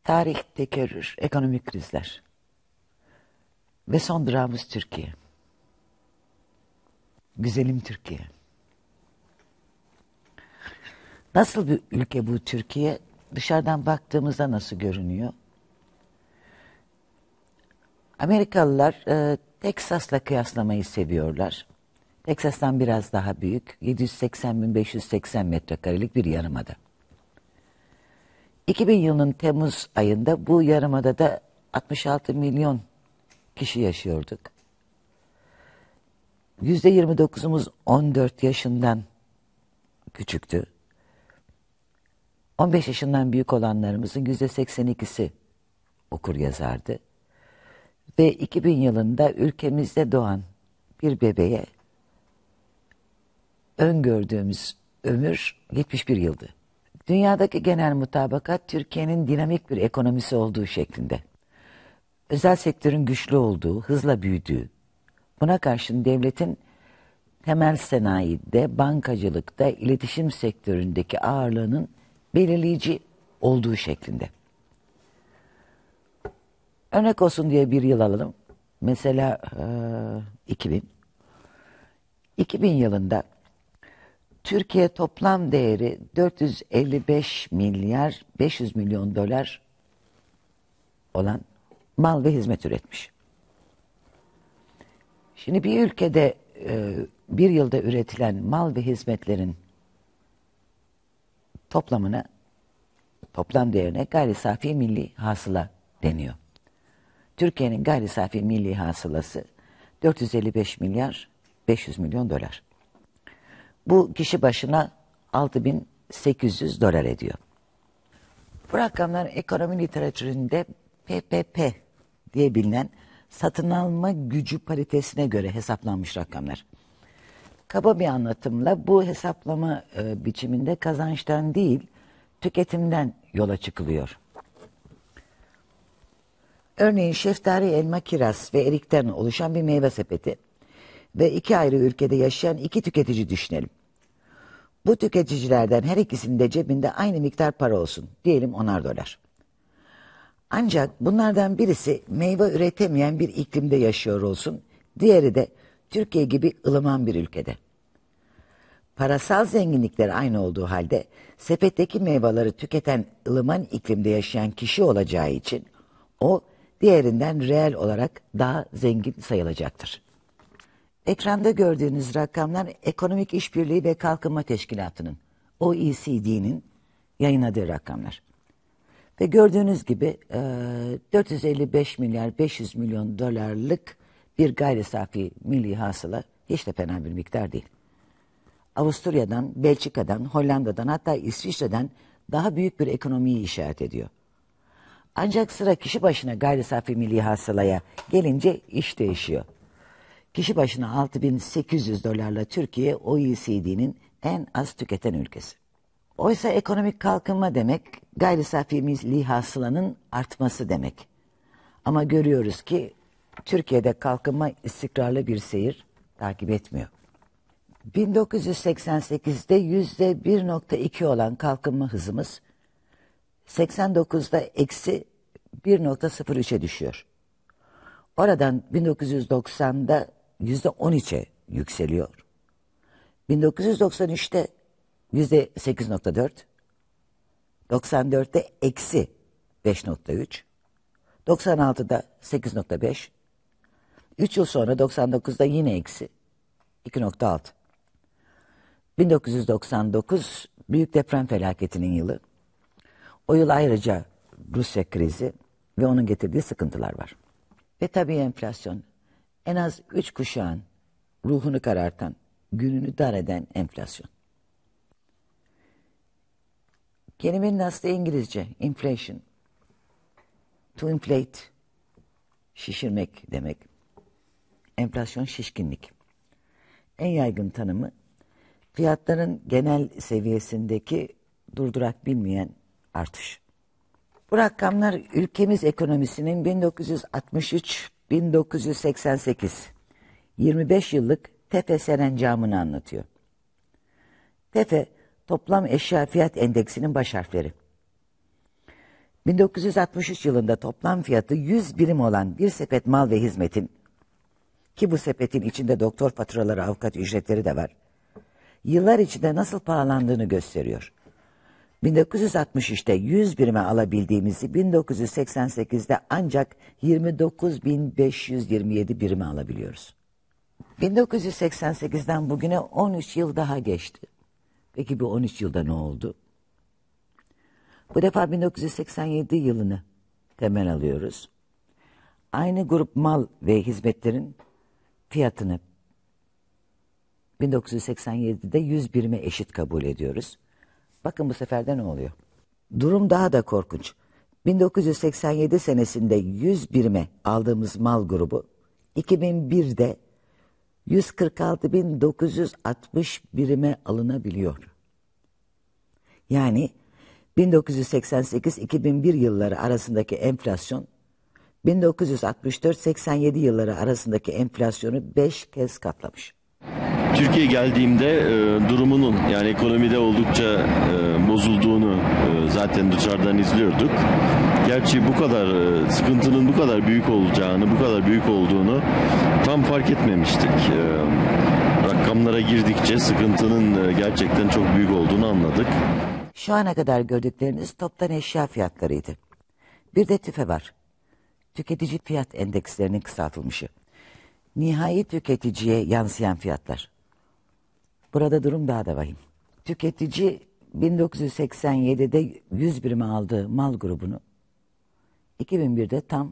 Tarih, tekerrür, ekonomik krizler ve son durağımız Türkiye. Güzelim Türkiye. Nasıl bir ülke bu Türkiye? Dışarıdan baktığımızda nasıl görünüyor? Amerikalılar Teksas'la kıyaslamayı seviyorlar. Teksas'tan biraz daha büyük, 780.580 metrekarelik bir yarımada. 2000 yılının Temmuz ayında bu yarımadada 66 milyon kişi yaşıyorduk. %29'umuz 14 yaşından küçüktü. 15 yaşından büyük olanlarımızın %82'si okur yazardı. Ve 2000 yılında ülkemizde doğan bir bebeğe öngördüğümüz ömür 71 yıldı. Dünyadaki genel mutabakat Türkiye'nin dinamik bir ekonomisi olduğu şeklinde. Özel sektörün güçlü olduğu, hızla büyüdüğü, buna karşın devletin temel sanayide, bankacılıkta, iletişim sektöründeki ağırlığının belirleyici olduğu şeklinde. Örnek olsun diye bir yıl alalım. Mesela 2000. 2000 yılında Türkiye toplam değeri 455 milyar 500 milyon dolar olan mal ve hizmet üretmiş. Şimdi bir ülkede bir yılda üretilen mal ve hizmetlerin toplamına, toplam değerine gayri safi milli hasıla deniyor. Türkiye'nin gayri safi milli hasılası 455 milyar 500 milyon dolar. Bu kişi başına 6.800 dolar ediyor. Bu rakamlar ekonomi literatüründe PPP diye bilinen satın alma gücü paritesine göre hesaplanmış rakamlar. Kaba bir anlatımla bu hesaplama biçiminde kazançtan değil, tüketimden yola çıkılıyor. Örneğin şeftali, elma, kiraz ve erikten oluşan bir meyve sepeti ve iki ayrı ülkede yaşayan iki tüketici düşünelim. Bu tüketicilerden her ikisinin de cebinde aynı miktar para olsun. Diyelim 10'ar dolar. Ancak bunlardan birisi meyve üretemeyen bir iklimde yaşıyor olsun. Diğeri de Türkiye gibi ılıman bir ülkede. Parasal zenginlikleri aynı olduğu halde sepetteki meyveleri tüketen ılıman iklimde yaşayan kişi olacağı için o diğerinden reel olarak daha zengin sayılacaktır. Ekranda gördüğünüz rakamlar Ekonomik İşbirliği ve Kalkınma Teşkilatı'nın, OECD'nin yayınladığı rakamlar. Ve gördüğünüz gibi 455 milyar 500 milyon dolarlık bir gayri safi milli hasıla hiç de fena bir miktar değil. Avusturya'dan, Belçika'dan, Hollanda'dan hatta İsviçre'den daha büyük bir ekonomiyi işaret ediyor. Ancak sıra kişi başına gayri safi milli hasılaya gelince iş değişiyor. Kişi başına 6.800 dolarla Türkiye OECD'nin en az tüketen ülkesi. Oysa ekonomik kalkınma demek gayri safi milli hasılanın artması demek. Ama görüyoruz ki Türkiye'de kalkınma istikrarlı bir seyir takip etmiyor. 1988'de %1.2 olan kalkınma hızımız 89'da eksi 1.03'e düşüyor. Oradan 1990'da %13'e yükseliyor. 1993'te %8.4, 94'te eksi 5.3, 96'da 8.5, 3 yıl sonra 99'da yine eksi 2.6. 1999 büyük deprem felaketinin yılı. O yıl ayrıca Rusya krizi ve onun getirdiği sıkıntılar var. Ve tabii enflasyon. En az 3 kuşağın ruhunu karartan, gününü dar eden enflasyon. Kelimenin aslı İngilizce, inflation. To inflate, şişirmek demek. Enflasyon şişkinlik. En yaygın tanımı fiyatların genel seviyesindeki durdurak bilmeyen artış. Bu rakamlar ülkemiz ekonomisinin 1963-1988 25 yıllık TEFE serencamını anlatıyor. TEFE toplam eşya fiyat endeksinin baş harfleri. 1963 yılında toplam fiyatı 100 birim olan bir sepet mal ve hizmetin, ki bu sepetin içinde doktor faturaları, avukat ücretleri de var, yıllar içinde nasıl pahalandığını gösteriyor. 1963'te 100 birime alabildiğimizi 1988'de ancak 29.527 birime alabiliyoruz. 1988'den bugüne 13 yıl daha geçti. Peki bu 13 yılda ne oldu? Bu defa 1987 yılını temel alıyoruz. Aynı grup mal ve hizmetlerin fiyatını 1987'de 100 birime eşit kabul ediyoruz. Bakın bu sefer de ne oluyor? Durum daha da korkunç. 1987 senesinde 100 birime aldığımız mal grubu 2001'de 146.960 birime alınabiliyor. Yani 1988-2001 yılları arasındaki enflasyon 1964-87 yılları arasındaki enflasyonu 5 kez katlamış. Türkiye'ye geldiğimde durumunun, yani ekonomide oldukça bozulduğunu zaten dışarıdan izliyorduk. Gerçi bu kadar sıkıntının bu kadar büyük olacağını, bu kadar büyük olduğunu tam fark etmemiştik. Rakamlara girdikçe sıkıntının gerçekten çok büyük olduğunu anladık. Şu ana kadar gördükleriniz toptan eşya fiyatlarıydı. Bir de TÜFE var. Tüketici fiyat endekslerinin kısaltılmışı. Nihai tüketiciye yansıyan fiyatlar. Burada durum daha da vahim. Tüketici 1987'de 100 birime aldığı mal grubunu 2001'de tam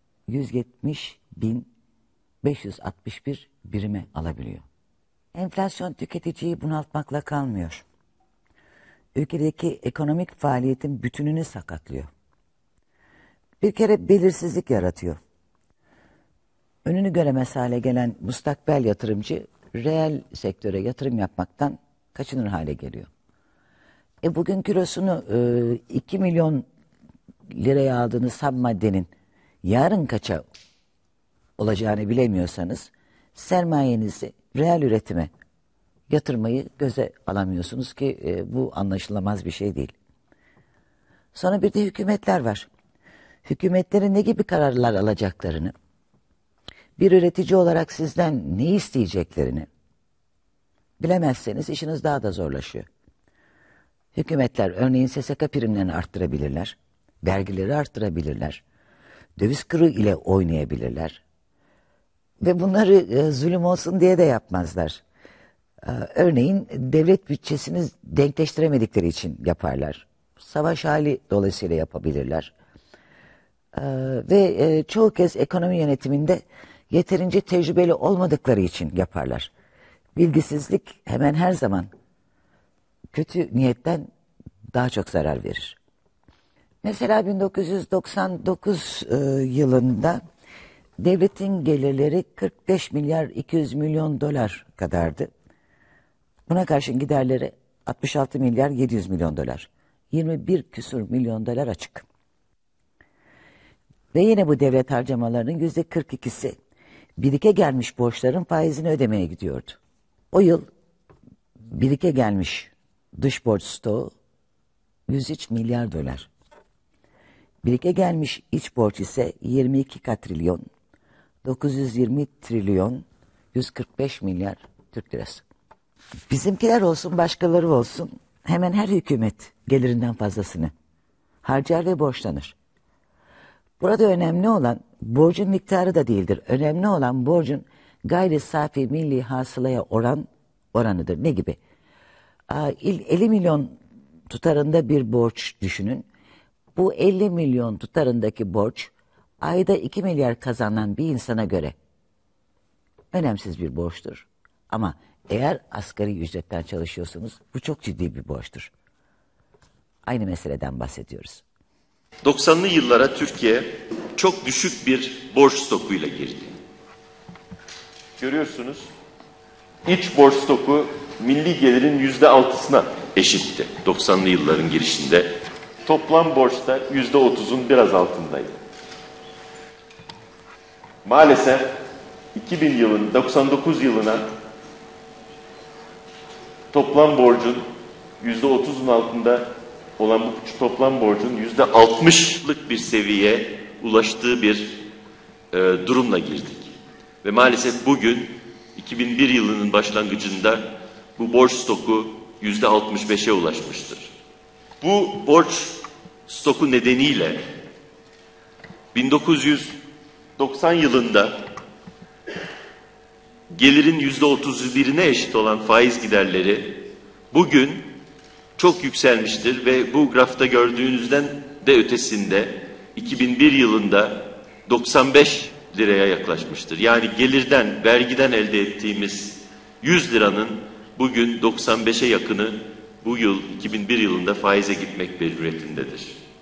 170.561 birime alabiliyor. Enflasyon tüketiciyi bunaltmakla kalmıyor. Ülkedeki ekonomik faaliyetin bütününü sakatlıyor. Bir kere belirsizlik yaratıyor. Önünü göremez hale gelen müstakbel yatırımcı reel sektöre yatırım yapmaktan kaçınır hale geliyor. Bugün kilosunu 2 milyon liraya aldığınız ham maddenin yarın kaça olacağını bilemiyorsanız sermayenizi reel üretime yatırmayı göze alamıyorsunuz ki bu anlaşılamaz bir şey değil. Sonra bir de hükümetler var. Hükümetlerin ne gibi kararlar alacaklarını, bir üretici olarak sizden ne isteyeceklerini bilemezseniz işiniz daha da zorlaşıyor. Hükümetler örneğin SSK primlerini arttırabilirler, vergileri arttırabilirler, döviz kuru ile oynayabilirler ve bunları zulüm olsun diye de yapmazlar. Örneğin devlet bütçesini denkleştiremedikleri için yaparlar. Savaş hali dolayısıyla yapabilirler. Ve çoğu kez ekonomi yönetiminde yeterince tecrübeli olmadıkları için yaparlar. Bilgisizlik hemen her zaman kötü niyetten daha çok zarar verir. Mesela 1999 yılında devletin gelirleri 45 milyar 200 milyon dolar kadardı. Buna karşın giderleri 66 milyar 700 milyon dolar. 21 küsur milyon dolar açık. Ve yine bu devlet harcamalarının %42'si birike gelmiş borçların faizini ödemeye gidiyordu. O yıl birike gelmiş dış borç stoğu 103 milyar dolar. Birike gelmiş iç borç ise 22 katrilyon, 920 trilyon, 145 milyar Türk lirası. Bizimkiler olsun, başkaları olsun, hemen her hükümet gelirinden fazlasını harcar ve borçlanır. Burada önemli olan borcun miktarı da değildir. Önemli olan borcun gayri safi milli hasılaya oranıdır. Ne gibi? 50 milyon tutarında bir borç düşünün. Bu 50 milyon tutarındaki borç ayda 2 milyar kazanan bir insana göre önemsiz bir borçtur. Ama eğer asgari ücretten çalışıyorsunuz bu çok ciddi bir borçtur. Aynı meseleden bahsediyoruz. 90'lı yıllara Türkiye çok düşük bir borç stokuyla girdi. Görüyorsunuz, iç borç stoku milli gelirin %6'sına eşitti 90'lı yılların girişinde. Toplam borçta %30'un biraz altındaydı. Maalesef 2000 yılın 99 yılına toplam borcun %30'un altında olan bu toplam borcun %60'lık bir seviyeye ulaştığı bir durumla girdik. Ve maalesef bugün 2001 yılının başlangıcında bu borç stoku %65'e ulaşmıştır. Bu borç stoku nedeniyle 1990 yılında gelirin %31'ine eşit olan faiz giderleri bugün çok yükselmiştir ve bu grafta gördüğünüzden de ötesinde 2001 yılında 95 liraya yaklaşmıştır. Yani gelirden, vergiden elde ettiğimiz 100 liranın bugün 95'e yakını bu yıl 2001 yılında faize gitmek mecburiyetindedir.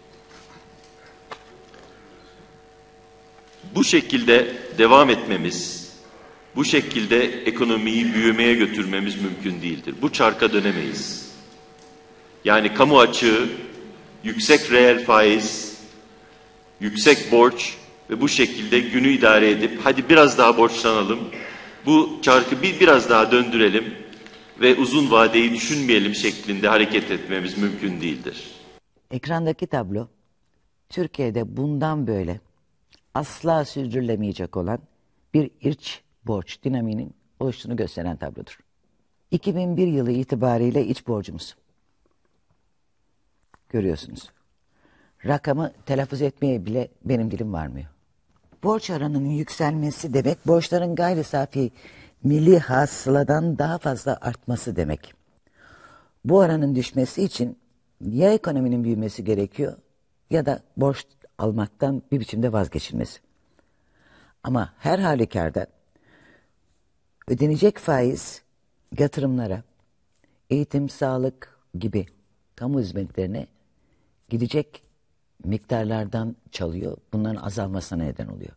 Bu şekilde devam etmemiz, bu şekilde ekonomiyi büyümeye götürmemiz mümkün değildir. Bu çarka dönemeyiz. Yani kamu açığı, yüksek reel faiz, yüksek borç ve bu şekilde günü idare edip hadi biraz daha borçlanalım, bu çarkı biraz daha döndürelim ve uzun vadeyi düşünmeyelim şeklinde hareket etmemiz mümkün değildir. Ekrandaki tablo Türkiye'de bundan böyle asla sürdürülemeyecek olan bir iç borç dinamiğinin oluştuğunu gösteren tablodur. 2001 yılı itibariyle iç borcumuz. Görüyorsunuz. Rakamı telaffuz etmeye bile benim dilim varmıyor. Borç oranının yükselmesi demek, borçların gayri safi milli hasıladan daha fazla artması demek. Bu oranın düşmesi için ya ekonominin büyümesi gerekiyor ya da borç almaktan bir biçimde vazgeçilmesi. Ama her halükarda ödenecek faiz yatırımlara, eğitim, sağlık gibi kamu hizmetlerine gidecek miktarlardan çalıyor. Bunların azalmasına neden oluyor.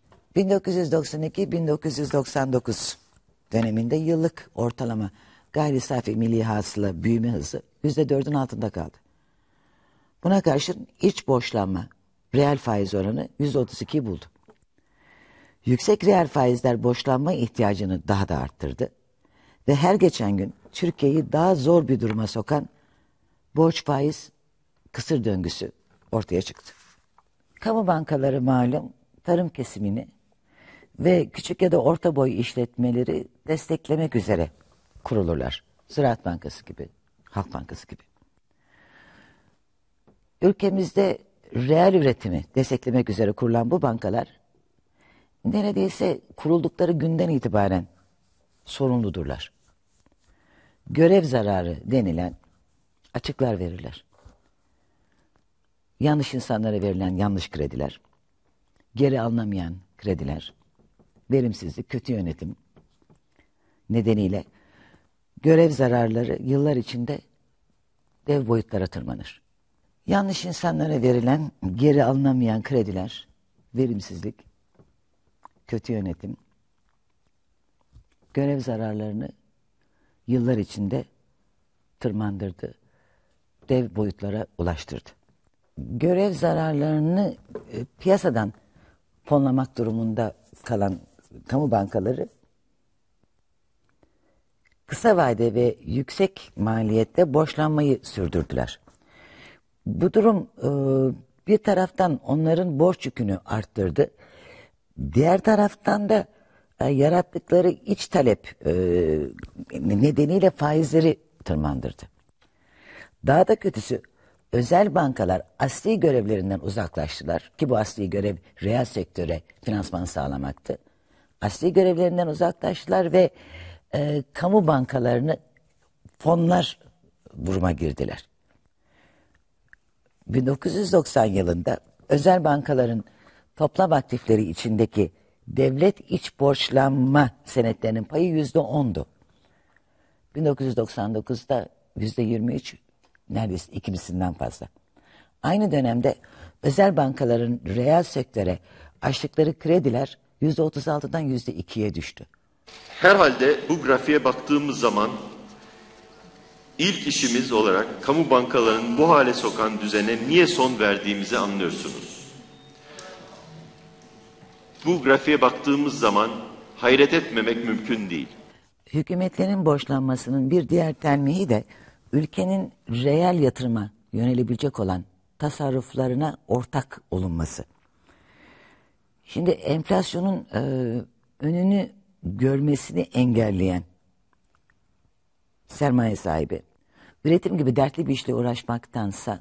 1992-1999 döneminde yıllık ortalama gayri safi milli hasıla büyüme hızı %4'ün altında kaldı. Buna karşın iç borçlanma, reel faiz oranı %32'yi buldu. Yüksek reel faizler borçlanma ihtiyacını daha da arttırdı ve her geçen gün Türkiye'yi daha zor bir duruma sokan borç faiz kısır döngüsü ortaya çıktı. Kamu bankaları malum tarım kesimini ve küçük ya da orta boy işletmeleri desteklemek üzere kurulurlar. Ziraat Bankası gibi, Halk Bankası gibi. Ülkemizde reel üretimi desteklemek üzere kurulan bu bankalar neredeyse kuruldukları günden itibaren sorumludurlar. Görev zararı denilen açıklar verirler. Yanlış insanlara verilen yanlış krediler, geri alınamayan krediler, verimsizlik, kötü yönetim nedeniyle görev zararları yıllar içinde dev boyutlara tırmanır. Yanlış insanlara verilen geri alınamayan krediler, verimsizlik, kötü yönetim, görev zararlarını yıllar içinde tırmandırdı, dev boyutlara ulaştırdı. Görev zararlarını piyasadan fonlamak durumunda kalan kamu bankaları kısa vade ve yüksek maliyette borçlanmayı sürdürdüler. Bu durum bir taraftan onların borç yükünü arttırdı. Diğer taraftan da yarattıkları iç talep nedeniyle faizleri tırmandırdı. Daha da kötüsü özel bankalar asli görevlerinden uzaklaştılar ki bu asli görev reel sektöre finansman sağlamaktı. Asli görevlerinden uzaklaştılar ve kamu bankalarını fonlar duruma girdiler. 1990 yılında özel bankaların toplam aktifleri içindeki devlet iç borçlanma senetlerinin payı %10'du. 1999'da %23, neredeyse ikisinden fazla. Aynı dönemde özel bankaların reel sektöre açtıkları krediler %36'dan %2'ye düştü. Herhalde bu grafiğe baktığımız zaman ilk işimiz olarak kamu bankalarının bu hale sokan düzene niye son verdiğimizi anlıyorsunuz. Bu grafiğe baktığımız zaman hayret etmemek mümkün değil. Hükümetlerin borçlanmasının bir diğer telmihi de ülkenin reel yatırıma yönelebilecek olan tasarruflarına ortak olunması. Şimdi enflasyonun önünü görmesini engelleyen sermaye sahibi, üretim gibi dertli bir işle uğraşmaktansa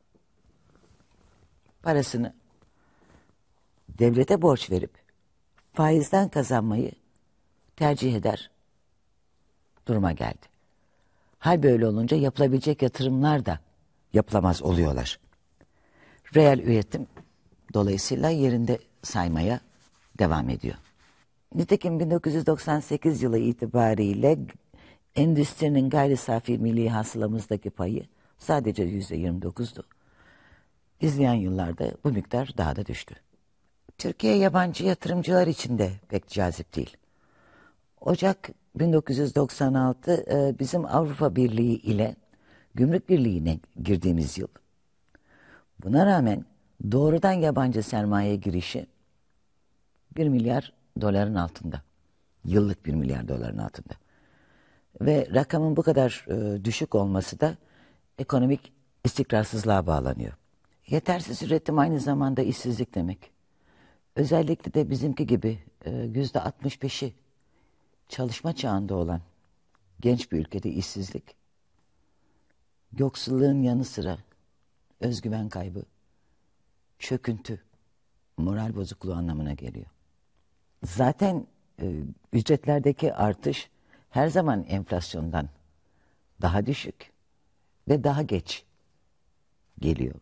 parasını devlete borç verip faizden kazanmayı tercih eder duruma geldi. Hal böyle olunca yapılabilecek yatırımlar da yapılamaz oluyorlar. Reel üretim dolayısıyla yerinde saymaya devam ediyor. Nitekim 1998 yılı itibariyle endüstrinin gayri safi milli hasılamızdaki payı sadece %29'du. İzleyen yıllarda bu miktar daha da düştü. Türkiye yabancı yatırımcılar için de pek cazip değil. Ocak 1996 bizim Avrupa Birliği ile Gümrük Birliği'ne girdiğimiz yıl. Buna rağmen doğrudan yabancı sermaye girişi 1 milyar doların altında. Yıllık 1 milyar doların altında. Ve rakamın bu kadar düşük olması da ekonomik istikrarsızlığa bağlanıyor. Yetersiz üretim aynı zamanda işsizlik demek. Özellikle de bizimki gibi %65'i çalışma çağında olan genç bir ülkede işsizlik, yoksullığın yanı sıra özgüven kaybı, çöküntü, moral bozukluğu anlamına geliyor. Zaten ücretlerdeki artış her zaman enflasyondan daha düşük ve daha geç geliyor.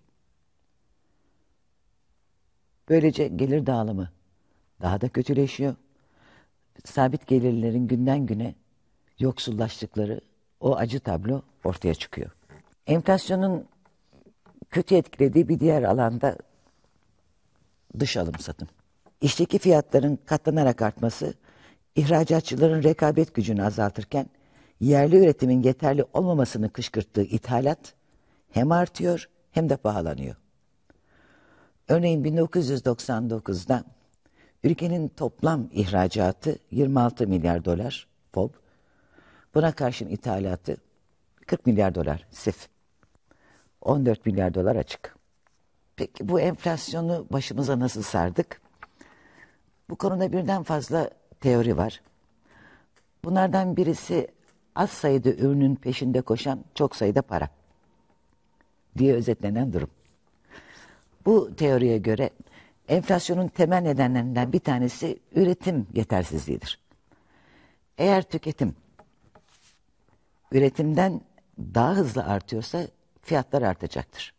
Böylece gelir dağılımı daha da kötüleşiyor. Sabit gelirlerin günden güne yoksullaştıkları o acı tablo ortaya çıkıyor. Enflasyonun kötü etkilediği bir diğer alanda dış alım satım. İşteki fiyatların katlanarak artması ihracatçıların rekabet gücünü azaltırken yerli üretimin yeterli olmamasını kışkırttığı ithalat hem artıyor hem de pahalanıyor. Örneğin 1999'da ülkenin toplam ihracatı 26 milyar dolar FOB. Buna karşın ithalatı 40 milyar dolar SIF. 14 milyar dolar açık. Peki bu enflasyonu başımıza nasıl sardık? Bu konuda birden fazla teori var. Bunlardan birisi az sayıda ürünün peşinde koşan çok sayıda para diye özetlenen durum. Bu teoriye göre enflasyonun temel nedenlerinden bir tanesi üretim yetersizliğidir. Eğer tüketim üretimden daha hızlı artıyorsa fiyatlar artacaktır.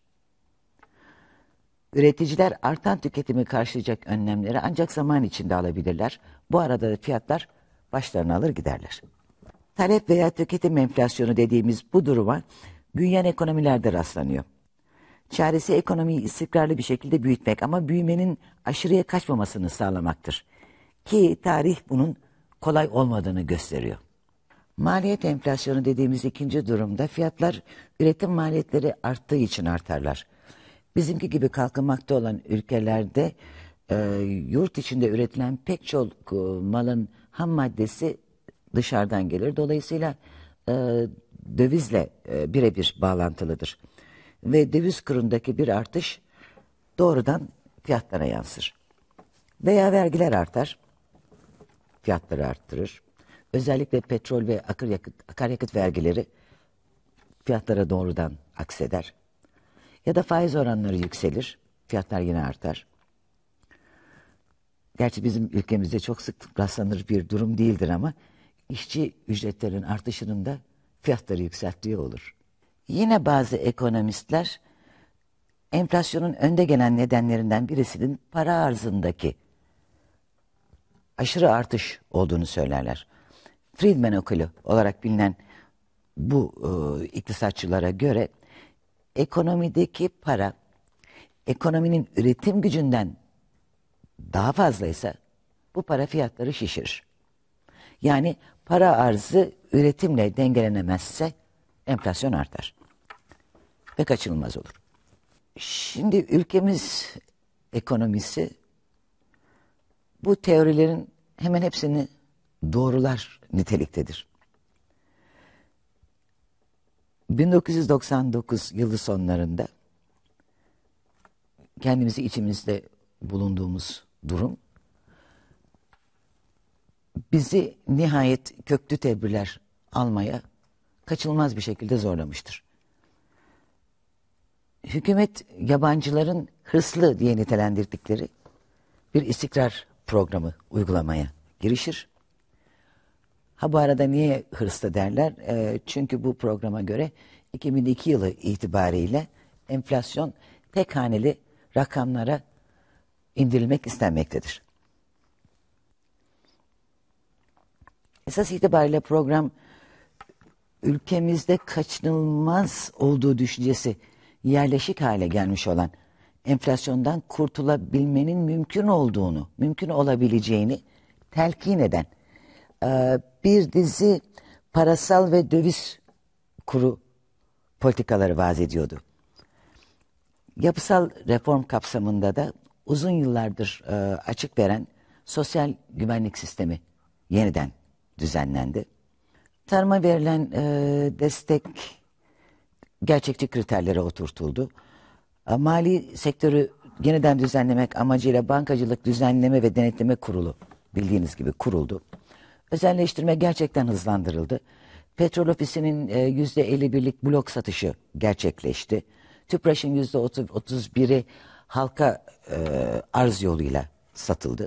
Üreticiler artan tüketimi karşılayacak önlemleri ancak zaman içinde alabilirler. Bu arada da fiyatlar başlarını alır giderler. Talep veya tüketim enflasyonu dediğimiz bu duruma büyüyen ekonomilerde rastlanıyor. Çaresi ekonomiyi istikrarlı bir şekilde büyütmek ama büyümenin aşırıya kaçmamasını sağlamaktır. Ki tarih bunun kolay olmadığını gösteriyor. Maliyet enflasyonu dediğimiz ikinci durumda fiyatlar üretim maliyetleri arttığı için artarlar. Bizimki gibi kalkınmakta olan ülkelerde yurt içinde üretilen pek çok malın ham maddesi dışarıdan gelir. Dolayısıyla dövizle birebir bağlantılıdır. Ve döviz kurundaki bir artış doğrudan fiyatlara yansır. Veya vergiler artar, fiyatları arttırır. Özellikle petrol ve akaryakıt vergileri fiyatlara doğrudan akseder. Ya da faiz oranları yükselir, fiyatlar yine artar. Gerçi bizim ülkemizde çok sık rastlanır bir durum değildir ama işçi ücretlerin artışının da fiyatları yükselttiği olur. Yine bazı ekonomistler enflasyonun önde gelen nedenlerinden birisinin para arzındaki aşırı artış olduğunu söylerler. Friedman okulu olarak bilinen bu iktisatçılara göre ekonomideki para ekonominin üretim gücünden daha fazlaysa bu para fiyatları şişirir. Yani para arzı üretimle dengelenemezse enflasyon artar ve kaçınılmaz olur. Şimdi ülkemiz ekonomisi bu teorilerin hemen hepsini doğrular niteliktedir. 1999 yılı sonlarında kendimizi içimizde bulunduğumuz durum bizi nihayet köklü tedbirler almaya kaçınılmaz bir şekilde zorlamıştır. Hükümet yabancıların hırslı diye nitelendirdikleri bir istikrar programı uygulamaya girişir. Ha bu arada niye hırslı derler? Çünkü bu programa göre 2002 yılı itibariyle enflasyon tek haneli rakamlara indirilmek istenmektedir. Esas itibariyle program ülkemizde kaçınılmaz olduğu düşüncesi yerleşik hale gelmiş olan enflasyondan kurtulabilmenin mümkün olabileceğini telkin eden bir dizi parasal ve döviz kuru politikaları vaaz ediyordu. Yapısal reform kapsamında da uzun yıllardır açık veren sosyal güvenlik sistemi yeniden düzenlendi. Tarıma verilen destek gerçekçi kriterlere oturtuldu. Mali sektörü yeniden düzenlemek amacıyla Bankacılık Düzenleme ve Denetleme Kurulu bildiğiniz gibi kuruldu. Özelleştirme gerçekten hızlandırıldı. Petrol Ofisi'nin %51'lik blok satışı gerçekleşti. TÜPRAŞ'ın %31'i halka arz yoluyla satıldı.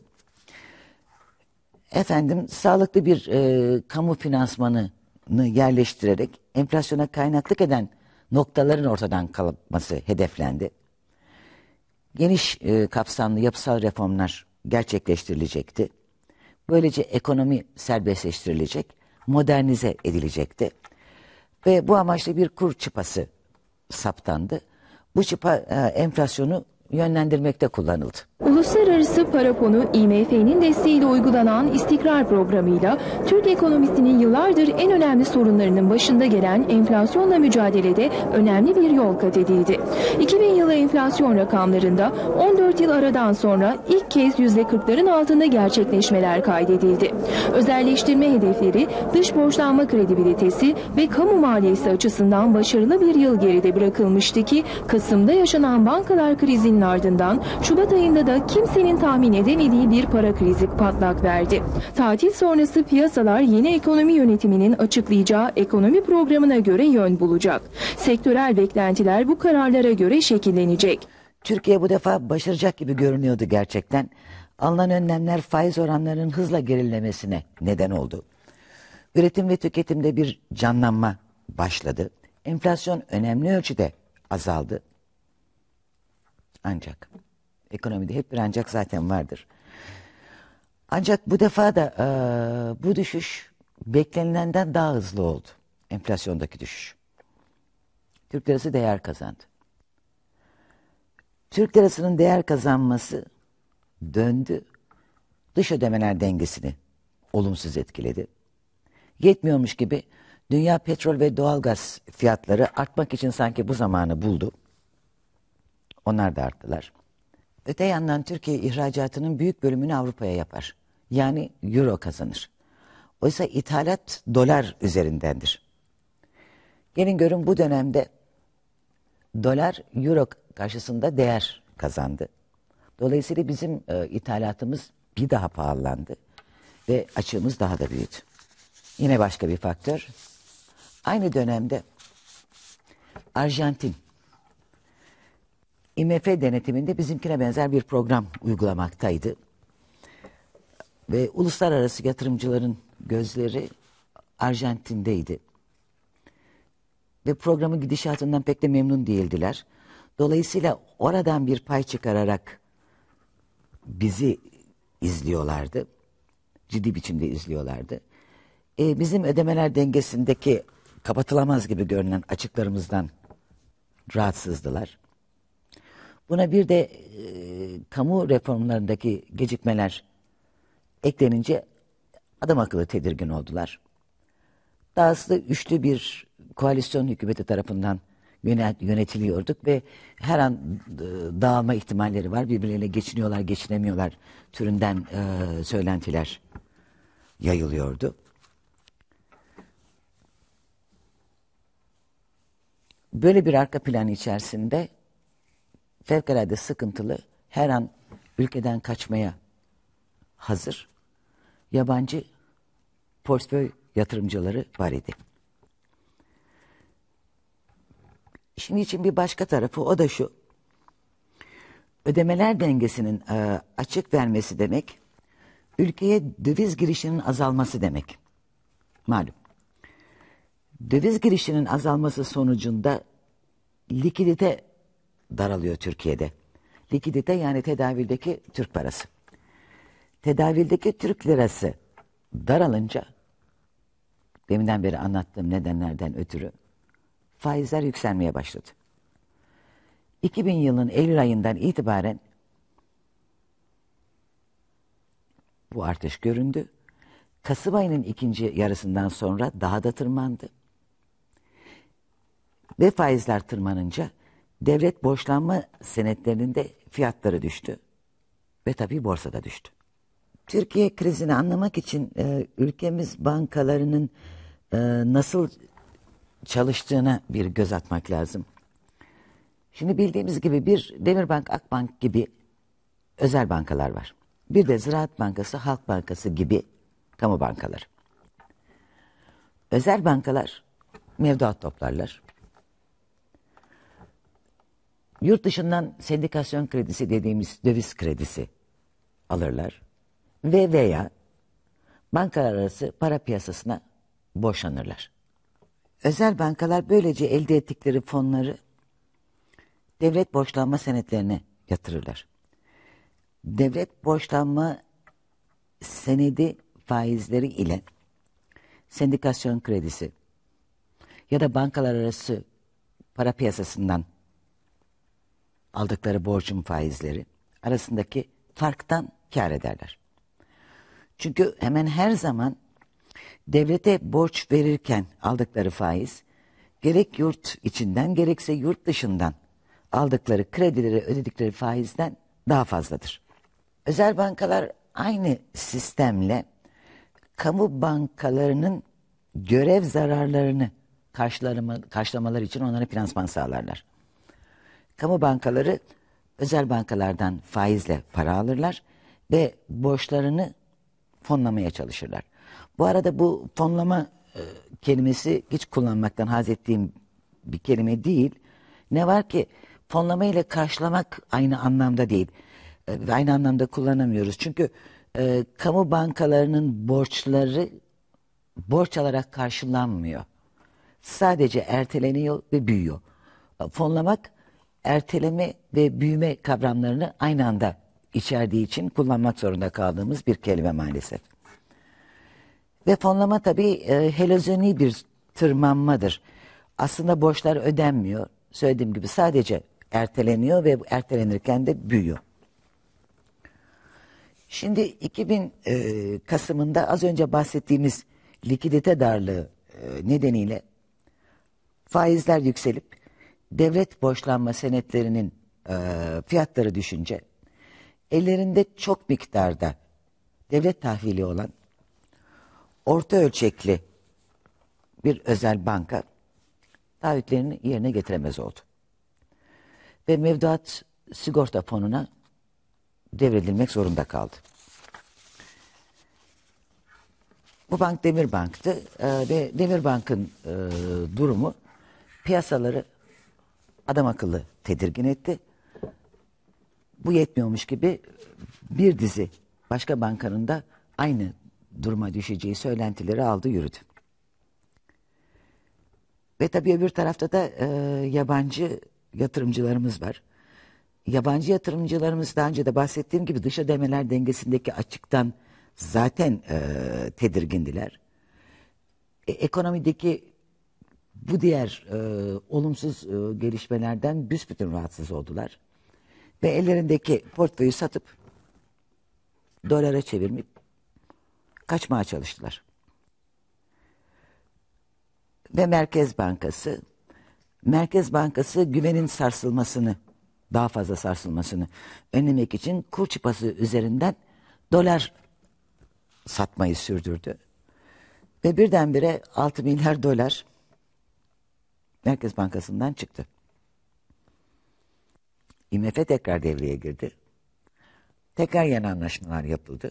Sağlıklı bir kamu finansmanını yerleştirerek enflasyona kaynaklık eden noktaların ortadan kalkması hedeflendi. Geniş kapsamlı yapısal reformlar gerçekleştirilecekti. Böylece ekonomi serbestleştirilecek, modernize edilecekti. Ve bu amaçla bir kur çıpası saptandı. Bu çıpa enflasyonu yönlendirmekte kullanıldı. Uluslararası Para Fonu IMF'nin desteğiyle uygulanan istikrar programıyla Türk ekonomisinin yıllardır en önemli sorunlarının başında gelen enflasyonla mücadelede önemli bir yol kat edildi. 2000 yılı enflasyon rakamlarında 14 yıl aradan sonra ilk kez %40'ların altında gerçekleşmeler kaydedildi. Özelleştirme hedefleri, dış borçlanma kredibilitesi ve kamu maliyesi açısından başarılı bir yıl geride bırakılmıştı ki Kasım'da yaşanan bankalar krizinin ardından Şubat ayında da kimsenin tahmin edemediği bir para krizi patlak verdi. Tatil sonrası piyasalar yeni ekonomi yönetiminin açıklayacağı ekonomi programına göre yön bulacak. Sektörel beklentiler bu kararlara göre şekillenecek. Türkiye bu defa başaracak gibi görünüyordu gerçekten. Alınan önlemler faiz oranlarının hızla gerilemesine neden oldu. Üretim ve tüketimde bir canlanma başladı. Enflasyon önemli ölçüde azaldı. Ancak ekonomide hep bir ancak zaten vardır. Ancak bu defa da bu düşüş beklenilenden daha hızlı oldu. Enflasyondaki düşüş. Türk lirası değer kazandı. Türk lirasının değer kazanması döndü. Dış ödemeler dengesini olumsuz etkiledi. Yetmiyormuş gibi dünya petrol ve doğalgaz fiyatları artmak için sanki bu zamanı buldu. Onlar da arttılar. Öte yandan Türkiye ihracatının büyük bölümünü Avrupa'ya yapar. Yani euro kazanır. Oysa ithalat dolar üzerindendir. Gelin görün bu dönemde dolar euro karşısında değer kazandı. Dolayısıyla bizim ithalatımız bir daha pahalandı ve açığımız daha da büyüdü. Yine başka bir faktör. Aynı dönemde Arjantin IMF denetiminde bizimkine benzer bir program uygulamaktaydı. Ve uluslararası yatırımcıların gözleri Arjantin'deydi. Ve programın gidişatından pek de memnun değildiler. Dolayısıyla oradan bir pay çıkararak bizi izliyorlardı. Ciddi biçimde izliyorlardı. Bizim ödemeler dengesindeki kapatılamaz gibi görünen açıklarımızdan rahatsızdılar. Buna bir de kamu reformlarındaki gecikmeler eklenince adam akıllı tedirgin oldular. Dahası üçlü bir koalisyon hükümeti tarafından yönetiliyorduk ve her an dağılma ihtimalleri var. Birbirleriyle geçiniyorlar, geçinemiyorlar türünden söylentiler yayılıyordu. böyle bir arka plan içerisinde fevkalade sıkıntılı, her an ülkeden kaçmaya hazır yabancı portföy yatırımcıları var idi. Şimdi için bir başka tarafı, o da şu: ödemeler dengesinin açık vermesi demek, ülkeye döviz girişinin azalması demek. Malum. Döviz girişinin azalması sonucunda likidite daralıyor Türkiye'de. Likidite yani tedavüldeki Türk parası. Tedavüldeki Türk lirası daralınca, deminden beri anlattığım nedenlerden ötürü faizler yükselmeye başladı. 2000 yılının Eylül ayından itibaren bu artış göründü. Kasım ayının ikinci yarısından sonra daha da tırmandı. Ve faizler tırmanınca devlet borçlanma senetlerinin de fiyatları düştü. Ve tabii borsada düştü. Türkiye krizini anlamak için ülkemiz bankalarının nasıl çalıştığına bir göz atmak lazım. Şimdi bildiğimiz gibi bir Demirbank, Akbank gibi özel bankalar var. Bir de Ziraat Bankası, Halk Bankası gibi kamu bankaları. Özel bankalar mevduat toplarlar. Yurt dışından sendikasyon kredisi dediğimiz döviz kredisi alırlar. Ve veya bankalar arası para piyasasına borçlanırlar. Özel bankalar böylece elde ettikleri fonları devlet borçlanma senetlerine yatırırlar. Devlet borçlanma senedi faizleri ile sendikasyon kredisi ya da bankalar arası para piyasasından aldıkları borcun faizleri arasındaki farktan kâr ederler. Çünkü hemen her zaman devlete borç verirken aldıkları faiz, gerek yurt içinden gerekse yurt dışından aldıkları kredileri ödedikleri faizden daha fazladır. Özel bankalar aynı sistemle kamu bankalarının görev zararlarını karşılamaları için onlara finansman sağlarlar. Kamu bankaları özel bankalardan faizle para alırlar ve borçlarını fonlamaya çalışırlar. Bu arada bu fonlama kelimesi hiç kullanmaktan haz ettiğim bir kelime değil. Ne var ki fonlama ile karşılamak aynı anlamda değil. Aynı anlamda kullanamıyoruz. Çünkü kamu bankalarının borçları borç alarak karşılanmıyor. Sadece erteleniyor ve büyüyor. Fonlamak, erteleme ve büyüme kavramlarını aynı anda içerdiği için kullanmak zorunda kaldığımız bir kelime maalesef. Ve fonlama tabii helozoni bir tırmanmadır. Aslında borçlar ödenmiyor. Söylediğim gibi sadece erteleniyor ve ertelenirken de büyüyor. Şimdi 2000 Kasım'ında az önce bahsettiğimiz likidite darlığı nedeniyle faizler yükselip devlet borçlanma senetlerinin fiyatları düşünce ellerinde çok miktarda devlet tahvili olan orta ölçekli bir özel banka taahhütlerini yerine getiremez oldu. Ve mevduat sigorta fonuna devredilmek zorunda kaldı. Bu bank Demirbank'tı ve Demirbank'ın durumu piyasaları adam akıllı tedirgin etti. Bu yetmiyormuş gibi bir dizi başka bankanın da aynı duruma düşeceği söylentileri aldı yürüdü. Ve tabii öbür tarafta da yabancı yatırımcılarımız var. Yabancı yatırımcılarımız daha önce de bahsettiğim gibi dış ödemeler dengesindeki açıktan zaten tedirgindiler. Ekonomideki bu diğer olumsuz gelişmelerden büsbütün rahatsız oldular. Ve ellerindeki portföyü satıp dolara çevirmeyip kaçmaya çalıştılar. Ve Merkez Bankası güvenin sarsılmasını, daha fazla sarsılmasını önlemek için kur çıpası üzerinden dolar satmayı sürdürdü. Ve birdenbire 6 milyar dolar Merkez Bankası'ndan çıktı. IMF tekrar devreye girdi. Tekrar yeni anlaşmalar yapıldı.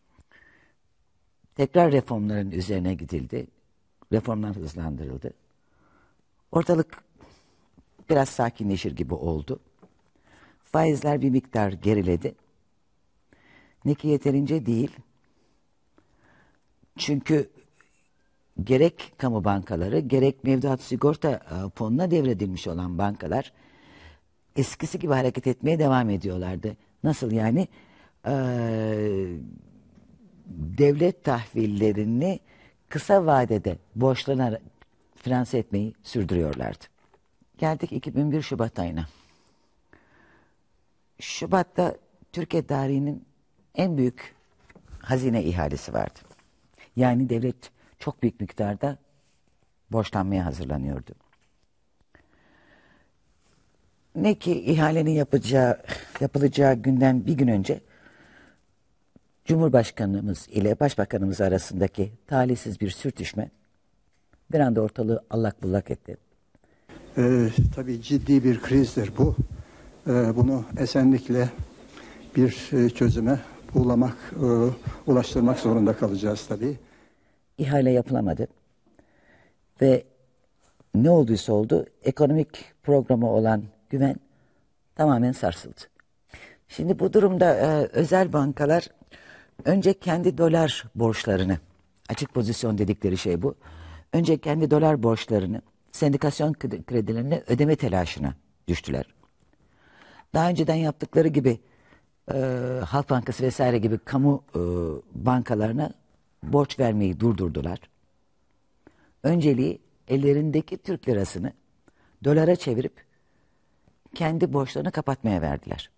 Tekrar reformların üzerine gidildi. Reformlar hızlandırıldı. Ortalık biraz sakinleşir gibi oldu. Faizler bir miktar geriledi. Ne ki yeterince değil. Çünkü gerek kamu bankaları, gerek mevduat sigorta fonuna devredilmiş olan bankalar eskisi gibi hareket etmeye devam ediyorlardı. Nasıl yani? Devlet tahvillerini kısa vadede borçlanarak finanse etmeyi sürdürüyorlardı. Geldik 2001 Şubat ayına. Şubat'ta Türkiye tarihinin en büyük hazine ihalesi vardı. Yani devlet çok büyük miktarda borçlanmaya hazırlanıyordu. Ne ki ihalenin yapılacağı günden bir gün önce Cumhurbaşkanımız ile Başbakanımız arasındaki talihsiz bir sürtüşme bir anda ortalığı allak bullak etti. Tabii ciddi bir krizdir bu. Bunu esenlikle bir çözüme ulaştırmak zorunda kalacağız tabii. İhale yapılamadı ve ne olduysa oldu, ekonomik programı olan güven tamamen sarsıldı. Şimdi bu durumda özel bankalar önce kendi dolar borçlarını, açık pozisyon dedikleri şey bu, önce kendi dolar borçlarını, sendikasyon kredilerini ödeme telaşına düştüler. Daha önceden yaptıkları gibi Halk Bankası vesaire gibi kamu bankalarına borç vermeyi durdurdular. Önceliği ellerindeki Türk lirasını dolara çevirip kendi borçlarını kapatmaya verdiler.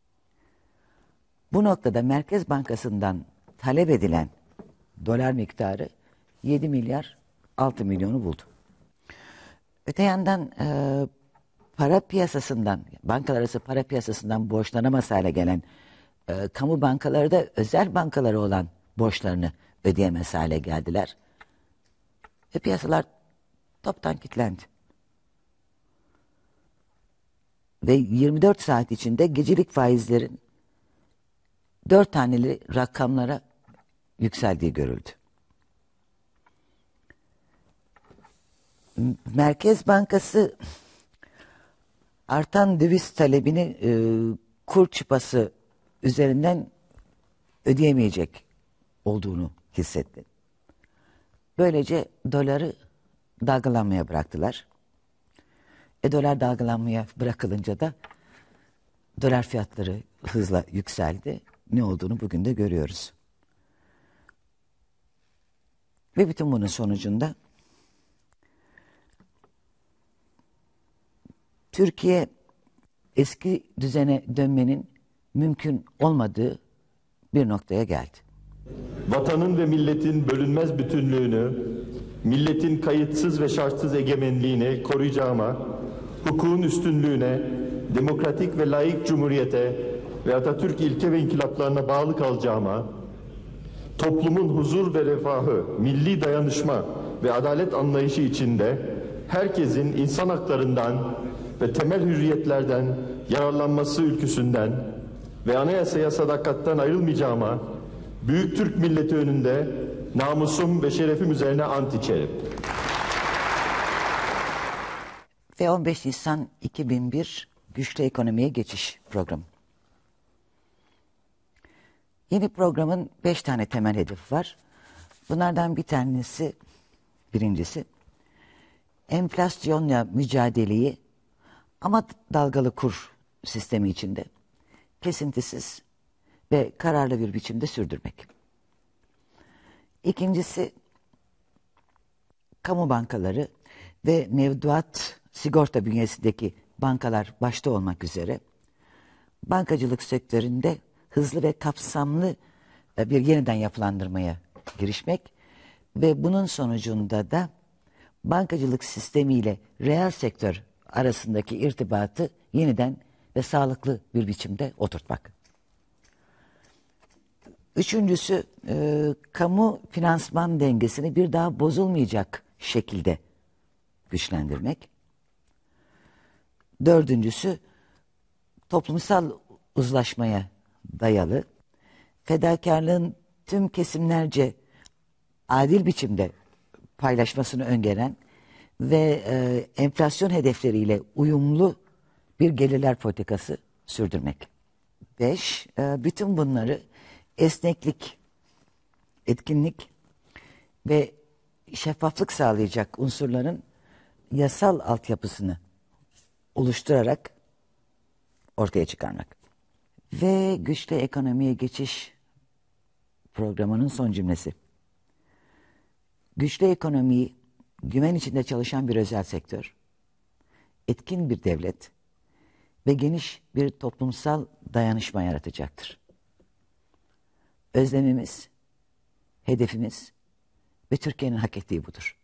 Bu noktada Merkez Bankası'ndan talep edilen dolar miktarı 7 milyar 6 milyonu buldu. Öte yandan para piyasasından, bankalar arası para piyasasından borçlanamaz hale gelen kamu bankaları da özel bankaları olan borçlarını ödeyemez hale geldiler. Ve piyasalar toptan kilitlendi. Ve 24 saat içinde gecelik faizlerin 4 taneli rakamlara yükseldiği görüldü. Merkez Bankası artan döviz talebini kur çıpası üzerinden ödeyemeyecek olduğunu hissetti. Böylece doları dalgalanmaya bıraktılar. Dolar dalgalanmaya bırakılınca da dolar fiyatları hızla yükseldi. Ne olduğunu bugün de görüyoruz. Ve bütün bunun sonucunda Türkiye eski düzene dönmenin mümkün olmadığı bir noktaya geldi. Vatanın ve milletin bölünmez bütünlüğünü, milletin kayıtsız ve şartsız egemenliğini koruyacağıma, hukukun üstünlüğüne, demokratik ve layık cumhuriyete ve Atatürk ilke ve inkılaplarına bağlı kalacağıma, toplumun huzur ve refahı, milli dayanışma ve adalet anlayışı içinde herkesin insan haklarından ve temel hürriyetlerden yararlanması ülküsünden ve anayasaya sadakatten ayrılmayacağıma, Büyük Türk milleti önünde namusum ve şerefim üzerine ant içerim. Ve 15 Nisan 2001 Güçlü Ekonomiye Geçiş Programı. Yeni programın 5 tane temel hedefi var. Bunlardan birincisi enflasyonla mücadeleyi ama dalgalı kur sistemi içinde kesintisiz ve kararlı bir biçimde sürdürmek. İkincisi kamu bankaları ve mevduat sigorta bünyesindeki bankalar başta olmak üzere bankacılık sektöründe hızlı ve kapsamlı bir yeniden yapılandırmaya girişmek ve bunun sonucunda da bankacılık sistemiyle reel sektör arasındaki irtibatı yeniden ve sağlıklı bir biçimde oturtmak. Üçüncüsü kamu finansman dengesini bir daha bozulmayacak şekilde güçlendirmek. Dördüncüsü toplumsal uzlaşmaya dayalı, fedakarlığın tüm kesimlerce adil biçimde paylaşmasını öngören ve enflasyon hedefleriyle uyumlu bir gelirler politikası sürdürmek. 5. Bütün bunları esneklik, etkinlik ve şeffaflık sağlayacak unsurların yasal altyapısını oluşturarak ortaya çıkarmak. Ve güçlü ekonomiye geçiş programının son cümlesi. Güçlü ekonomiyi güven içinde çalışan bir özel sektör, etkin bir devlet ve geniş bir toplumsal dayanışma yaratacaktır. Özlemimiz, hedefimiz ve Türkiye'nin hak ettiği budur.